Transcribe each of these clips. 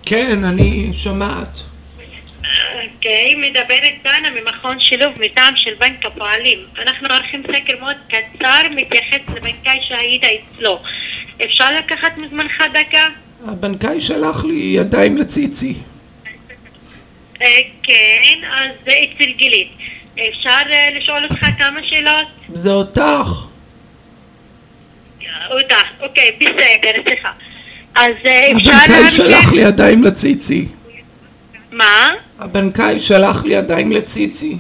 כן, אני שומעת. אוקיי, מדברת דנה ממכון שילוב מטעם של בנק הפועלים. אנחנו עורכים סקר מאוד קצר מתייחס לבנקאי שהיית אצלו. אפשר לקחת מזמנך דקה? הבנקאי שלח לי ידיים לציצי. כן, אז אצל גילית. אפשר לשאול אותך כמה שאלות? זה אותך. אותך, אוקיי, בסדר, סליחה. אז אפשר הבנקאי שלח לי ידיים לציצי. מה? הבנקאי שלח לי ידיים לציצי.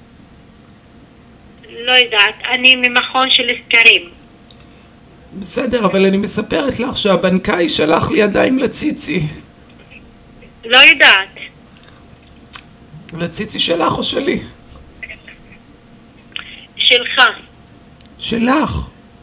לא יודעת, אני ממכון של סקרים. בסדר, אבל אני מספרת לך שהבנקאי שלח לי ידיים לציצי. לא יודעת. לציצי שלך או שלי? שלך. שלך.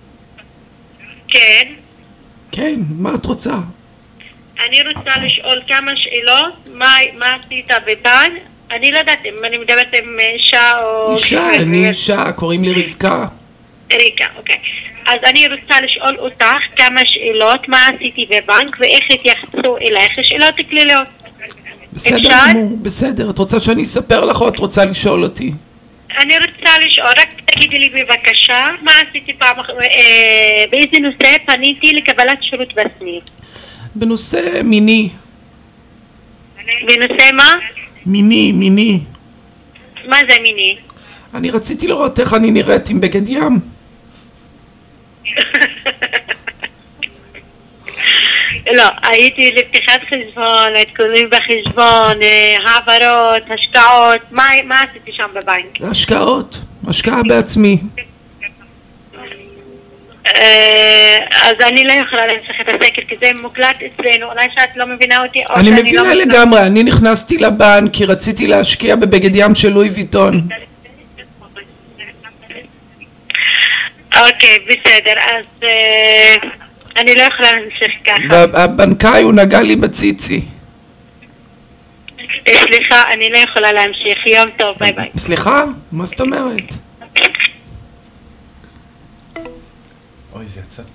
כן. כן, מה את רוצה? אני רוצה לשאול כמה שאלות, מה עשית בבנק? אני לא יודעת אם אני מדברת עם אישה או... אישה, אני אישה, קוראים לי רבקה. ריקה, אוקיי. אז אני רוצה לשאול אותך כמה שאלות, מה עשיתי בבנק ואיך התייחסו אלייך, שאלות כלליות. בסדר אפשר? גמור, בסדר. את רוצה שאני אספר לך או את רוצה לשאול אותי? אני רוצה לשאול, רק תגידי לי בבקשה, מה עשיתי באיזה נושא פניתי לקבלת שירות בסניף? בנושא מיני. בנושא מה? מיני. מה זה מיני? אני רציתי לראות איך אני נראית עם בגד ים. לא, הייתי לפתיחת חשבון, עדכונים בחשבון, העברות, השקעות, מה עשיתי שם בבנק? השקעה בעצמי. אז אני לא יכולה להמשיך את הסקר כי זה מוקלט אצלנו, אולי שאת לא מבינה אותי או אני שאני מבינה לא... לגמרי, אני נכנסתי לבנק כי רציתי להשקיע בבגד ים של לואי ויטון. אוקיי, בסדר, אז אני לא יכולה להמשיך ככה. והבנקאי הוא נגע לי בציצי. סליחה, אני לא יכולה להמשיך. יום טוב, ביי ביי. סליחה? מה זאת אומרת? אוי, זה יצא